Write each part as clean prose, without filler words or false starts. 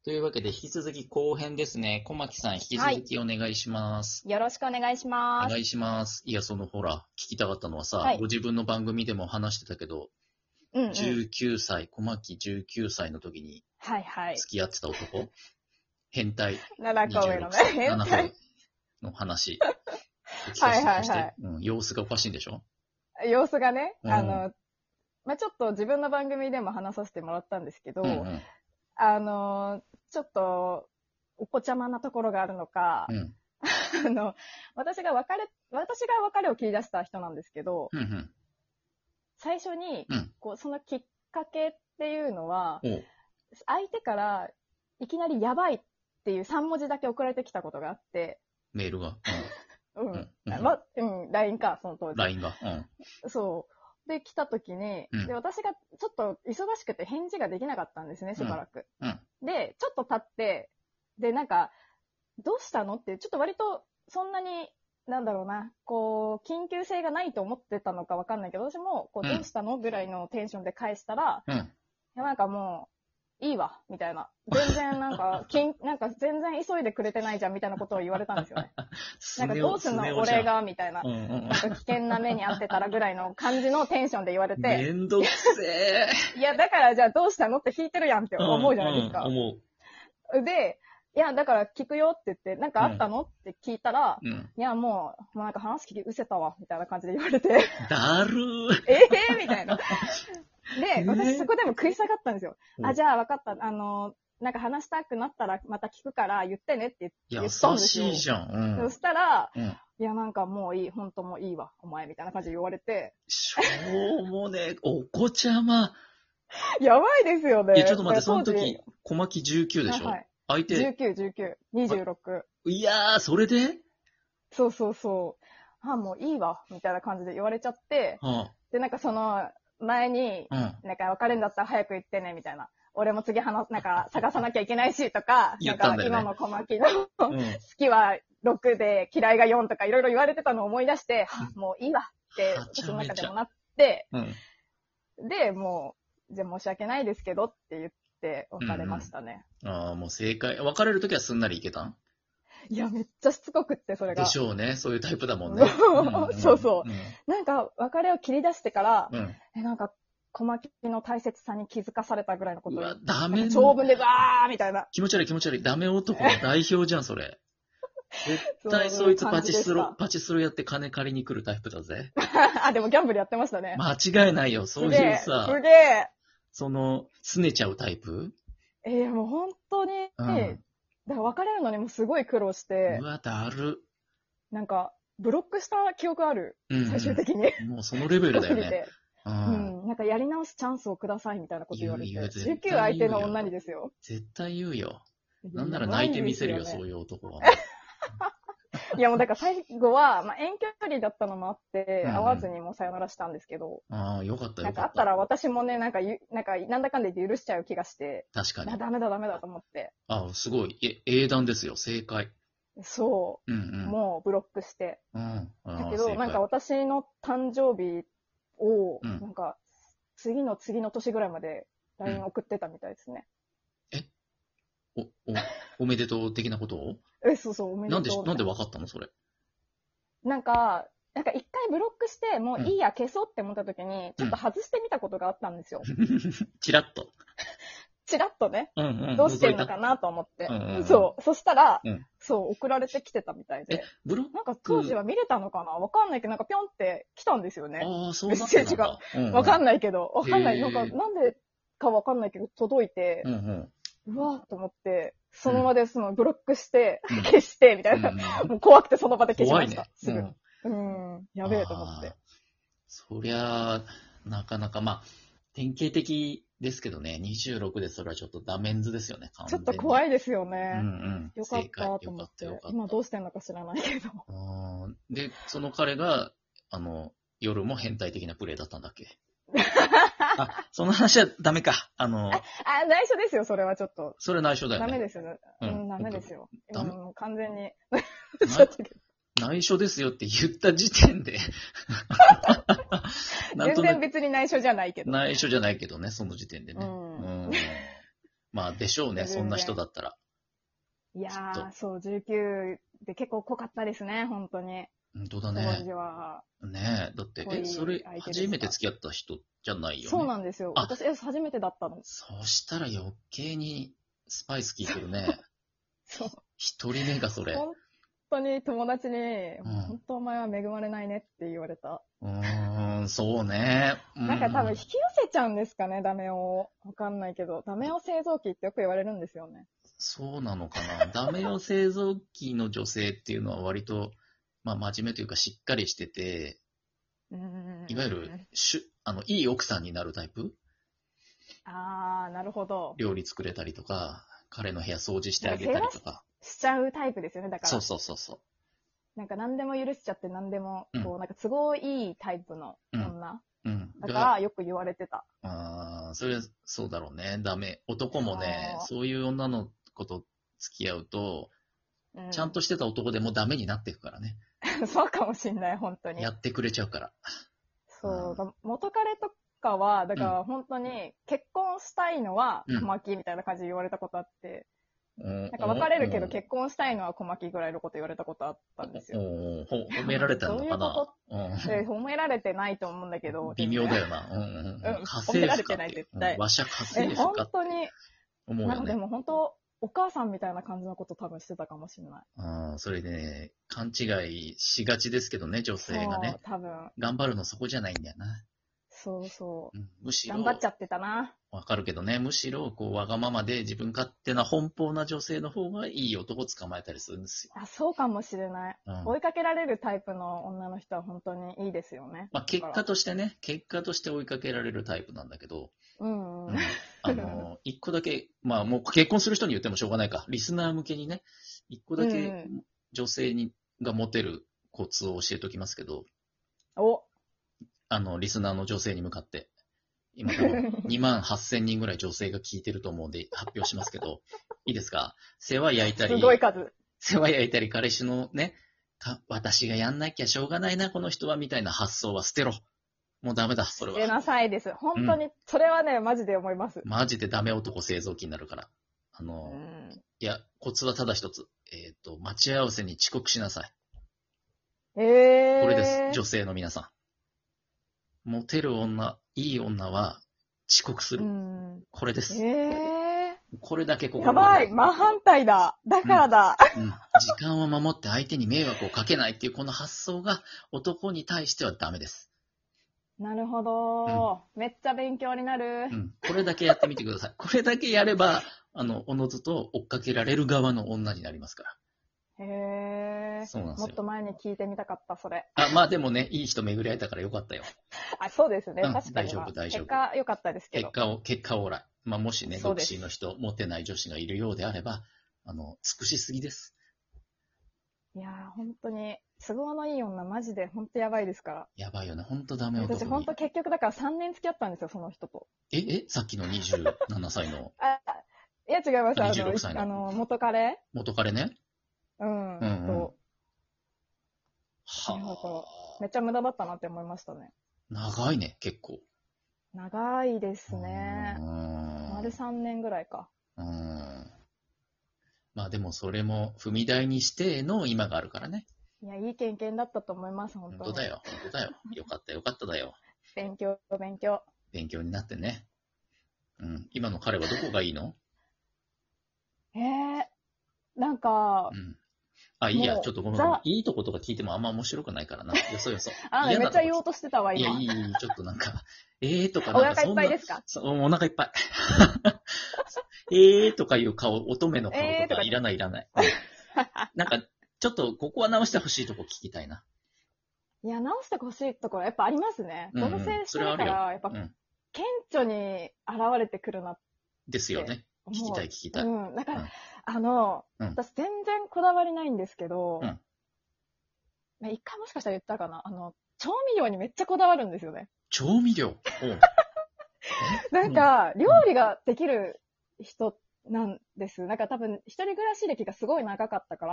というわけで、引き続き後編ですね。小牧さん、引き続きお願いします。 よろしくお願いします。 お願いします。いや、ほら、聞きたかったのはさ、 はいご自分の番組でも話してたけど、 うんうん。 19歳、小牧19歳の時にはいはい。 付き合ってた男、変態 7個上の 26 ね。 歳、 変 7個態。 の話、聞かせてはいはいはい様子がおかしいんでしょ？ 様子がね、 うんちょっと自分の番組でも話させてもらったんですけど、 うんうんちょっと、お子ちゃまなところがあるのか、 うん私が別れを切り出した人なんですけど、 うんうん最初に、 うんそのきっかけっていうのは、 おう相手からいきなりやばいっていう3文字だけ送られてきたことがあって、 メールが、 LINE か、その当時。 LINE が、 そう。で、来た時に、 うんで、私がちょっと忙しくて返事ができなかったんですね、しばらく。 うんで、ちょっと経って、で、なんか、どうしたのって、ちょっと割と、そんなに、なんだろうな、緊急性がないと思ってたのかわかんないけど、私も、 うんどうしたのぐらいのテンションで返したら、 うんいや、なんかもう、いいわ、みたいな。全然なんか、なんか全然急いでくれてないじゃん、みたいなことを言われたんですよね。なんかどうすんの俺が、みたいな。なんか危険な目に遭ってたらぐらいの感じのテンションで言われて。 めんどくせいや、だからじゃあどうしたのって聞いてるやんって思うじゃないですか。 思で、いや、だから聞くよって言って、なんかあったのって聞いたら、 う。うん。 いや、もうなんか話聞き失せたわ、みたいな感じで言われて。 だるー。 みたいな。で、私そこでも食い下がったんですよ。あ、じゃあ分かった。なんか話したくなったらまた聞くから言ってねって言ったん優ですよ。 しいじゃん。 そしたら、 うん。 いや、なんかもういい、本当もういいわ、お前、みたいな感じで言われて。 しょうもね、お子ちゃま。 やばいですよね。 いや、ちょっと待って、その当時時、小牧19でしょ？ はい。 相手。 19、26。 いやー、それでそうそうそう。あ、もういいわ、みたいな感じで言われちゃって、 はで、なんかその、前に、 あ、 なんか別れんだったら早く言ってね、みたいな。俺も次なんか探さなきゃいけないし、とか、 言ったんだよねなんか今の小牧の好うん。 きは6で嫌いが4とかいろいろ言われてたのを思い出して、もういいわって、 はちゃ私のめちゃ中でもなって、 うん。 で、もう、じゃあ申し訳ないですけどって言って別れましたね。 ああ、もう正解。別れるときはすんなりいけたんいや、めっちゃしつこくって、それが。 でしょうね。そういうタイプだもんね。 そうそうなんか、別れを切り出してから、 うん。 なんか、小牧の大切さに気づかされたぐらいのことをうわ、ダメ。 長文でバーみたいな。 気持ち悪い気持ち悪い。ダメ男の代表じゃん、それ。絶対そいつパチスロやって金借りに来るタイプだぜ。 あ、でもギャンブルやってましたね。 間違いないよ。そういうさ、 すげえ。 拗ねちゃうタイプもう本当に、 うんだから別れるのにもすごい苦労して、 うわ、だる。 なんか、ブロックした記憶ある。 うんうん最終的に。 もうそのレベルだよね。 すぎてなんかやり直すチャンスをくださいみたいなこと言われて。 言う絶対 19相手の女にですよ。 絶対言うよ。なんなら泣いてみせるよ、そういう男は。 いやもうだから最後は、遠距離だったのもあって、 うんうん会わずにもうさよならしたんですけど、 ああ、よかったよかった。 なんかあったら私もね、なんかなんだかんだ言って許しちゃう気がして、 確かに。 ダメだと思って。 ああ、すごい。英断ですよ、正解。 そう、 うんもうブロックして。 うん。 だけど、なんか私の誕生日を、 うんなんか、次の年ぐらいまで LINE 送ってたみたいですね。 おめでとう的なことをそうそう、おめでとう。 なんで分かったのそれ。 なんか一回ブロックして、もういいや、消そうって思った時に、ちょっと外してみたことがあったんですよ。 チラッと。 チラッとね、 うんうん。 どうしてんのかなと思って。 うんうんうんそう。そしたら、 うんそう、送られてきてたみたいで。 ブロックなんか当時は見れたのかなわかんないけど、なんかピョンって来たんですよね。 ああ、そうなんだ。 メッセージが。 うんうんわかんないけど、わかんない。 へーなんでかわかんないけど、届いて、 うんうん。 うわーと思って、その場でそのブロックして、 うん消して、みたいな。もう怖くてその場で消し怖いねました。。すぐ。やべえと思って。 あーそりゃあ、なかなか、典型的ですけどね、26でそれはちょっとダメンズですよね、 ちょっと怖い。 いですよね。よかっ正解たと思ってよか。った今どうしてんのか知らないけど。 で、その彼が、夜も変態的なプレイだったんだっけあ、その話はダメか。 内緒ですよ、それはちょっと。 それ内緒だよね。 ダメですよね。ダメですよ。 ダメ完全に。 内緒ですよって言った時点で全然別に内緒じゃないけど。 内緒じゃないけどね、その時点でね。 まあ、でしょうね、そんな人だったら。 いやー、そう、19で結構濃かったですね、本当に。 本当だね。 当時は。 ねえ、だって、それ、初めて付き合った人じゃないよね。 そうなんですよ。私、初めてだったの。 そうしたら余計にスパイス効いてるね。 そう。 一人目がそれ。 本当に友達に、本当お前は恵まれないねって言われた。 そうね。 なんか多分引き寄せちゃうんですかね、ダメを。わかんないけど。ダメを製造機ってよく言われるんですよね。 そうなのかな。ダメを製造機の女性andいうのは割と、まあ真面目というかしっかりしてて、いわゆる、いい奥さんになるタイプ？ あー、なるほど。 料理作れたりとか、彼の部屋掃除してあげたりとか。 しちゃうタイプですよね、だから。 そう。 なんか何でも許しちゃって何でも、こう、なんか都合いいタイプの女。だからよく言われてた。 それ、そうだろうね。ダメ。男もね、そういう女の子と付き合うと、ちゃんとしてた男でもダメになっていくからね。 そうかもしんない、本当に。 やってくれちゃうから。 そう、元彼とかは、だから本当に結婚したいのは小牧みたいな感じで言われたことあって、なんか別れるけど結婚したいのは小牧ぐらいのこと言われたことあったんですよ。 褒められたのかな？ そういうことって褒められてないと思うんだけど。 微妙だよな。 褒められてない、絶対。 わしゃ家政婦かって本当に。 思うよね。 なんかでも本当、お母さんみたいな感じのこと多分してたかもしれない。 それでね、勘違いしがちですけどね、女性がね。 多分。 頑張るのそこじゃないんだよな。 そう。 むしろ。 頑張っちゃってたな。 わかるけどね、むしろ、こう、わがままで自分勝手な奔放な女性の方がいい男を捕まえたりするんですよ。 そうかもしれない。追いかけられるタイプの女の人は本当にいいですよね。 まあ、結果として追いかけられるタイプなんだけど、一個だけ、まあもう結婚する人に言ってもしょうがないか。リスナー向けにね、一個だけ女性がモテるコツを教えておきますけど、リスナーの女性に向かって、今多分28,000人ぐらい女性が聞いてると思うんで発表しますけど、いいですか？世話焼いたり、 すごい数。 世話焼いたり彼氏のね、私がやんなきゃしょうがないな、この人は、みたいな発想は捨てろ。もうダメだ、それは。 捨てなさいです。本当に、それはね、マジで思います。 マジでダメ男製造機になるから。いや、コツはただ一つ。待ち合わせに遅刻しなさい。これです、女性の皆さん。モテる女、いい女は遅刻する。これです。これだけやばい、真反対だ。だからだ。 時間を守って相手に迷惑をかけないっていうこの発想が男に対してはダメです。 なるほど、めっちゃ勉強になる。 これだけやってみてください。これだけやれば、おのずと追っかけられる側の女になりますから。 そうなんですよ。もっと前に聞いてみたかった、それ。 まあでもね、いい人巡り会えたからよかったよ。 そうですね、確かに。 大丈夫。 結果良かったですけど。 結果オーライ。まあもしね、独身の人、モテない女子がいるようであれば、尽くしすぎです。 いやー、本当に、都合のいい女、マジで本当やばいですから。 やばいよね、本当ダメ男。 私本当結局だから3年付き合ったんですよ、その人と。 さっきの27歳の。 いや違います。 26歳の。 元彼ね。 めっちゃ無駄だったなって思いましたね。 長いね、結構。 長いですね。丸3年ぐらいか。 まあでもそれも踏み台にしての今があるからね。 いや、いい経験だったと思います、本当に。 本当だよ。よかっただよ。 勉強。 勉強になってね。今の彼はどこがいいの？ なんか、 いいや、ちょっとごめん。いいとことか聞いてもあんま面白くないからな。よそ。 めっちゃ言おうとしてたわ、今。 いや、ちょっとなんか、とかお腹いっぱいですか？ お腹いっぱい。とかいう顔、乙女の顔とかいらない。なんか、ちょっとここは直してほしいとこ聞きたいな。いや、直してほしいところやっぱありますね。同棲してるから、やっぱ、顕著に現れてくるな。 ですよね。聞きたい。 だから、私全然こだわりないんですけど、一回もしかしたら言ったかな、調味料にめっちゃこだわるんですよね。 調味料？ なんか、料理ができる人なんです。なんか多分、一人暮らし歴がすごい長かったから、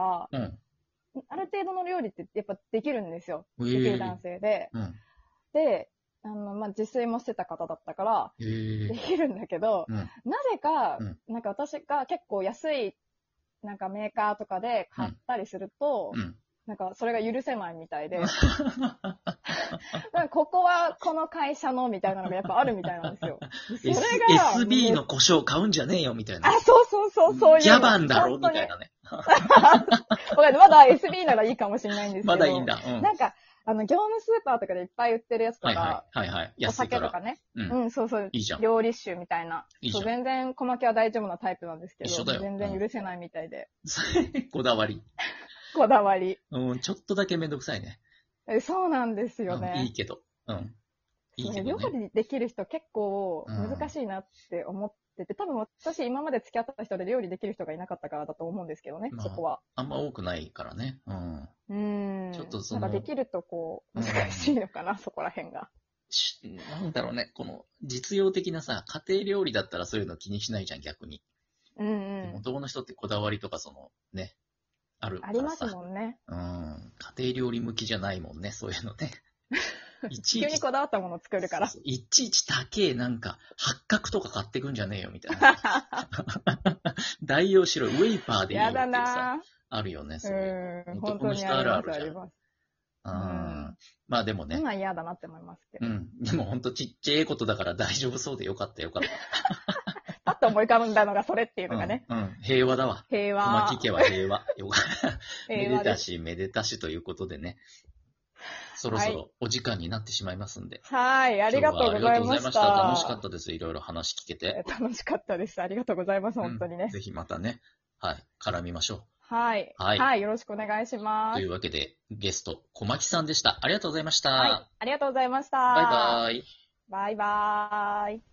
ある程度の料理ってやっぱできるんですよ。できる男性で。で、 自炊もしてた方だったから、できるんだけど、なぜか、なんか私が結構安い、なんかメーカーとかで買ったりすると、なんかそれが許せないみたいで、ここはこの会社のみたいなのがやっぱあるみたいなんですよ。それが SB の胡椒買うんじゃねえよみたいな。 あ、そういう。 ギャバンだろみたいなね。 まだ SB ならいいかもしれないんですけど。 まだいいんだ。 なんか、業務スーパーとかでいっぱい売ってるやつとか、お酒とかね。そう。 いいじゃん。 料理酒みたいな。そう、全然小牧は大丈夫なタイプなんですけど、全然許せないみたいで。 こだわり。 こだわり。 ちょっとだけめんどくさいね。 そうなんですよね。 いいけど。いいけどね。料理できる人結構難しいなって思ってて、多分私今まで付き合った人で料理できる人がいなかったからだと思うんですけどね、そこは。 あんま多くないからね。ちょっとなんかできると難しいのかな、そこら辺が。 なんだろうね、この実用的なさ、家庭料理だったらそういうの気にしないじゃん、逆に。男の人ってこだわりとかね、あるからさ。 ありますもんね。 家庭料理向きじゃないもんね、そういうのね。 急にこだわったものを作るから。 いちいち高えなんか、八角とか買ってくんじゃねえよ、みたいな。代用しろ、ウェイパーでいいよってさ。やだなあるよね、そういう。 本当にあります。 まあでもね。 今嫌だなって思いますけど。 でも本当ちっちゃいことだから大丈夫そうでよかった。 パッと思い浮かんだのがそれっていうのがね。 平和だわ。 平和。 小牧家は平和。めでたしということでね。そろそろお時間になってしまいますんで。 はい、ありがとうございました。 楽しかったです。いろいろ話聞けて。 楽しかったです。ありがとうございます。本当にね。 ぜひまたね、絡みましょう。 はい。よろしくお願いします。 というわけで、ゲスト、小牧さんでした。ありがとうございました。 はい、ありがとうございました。 バイバイ。 バイバーイ。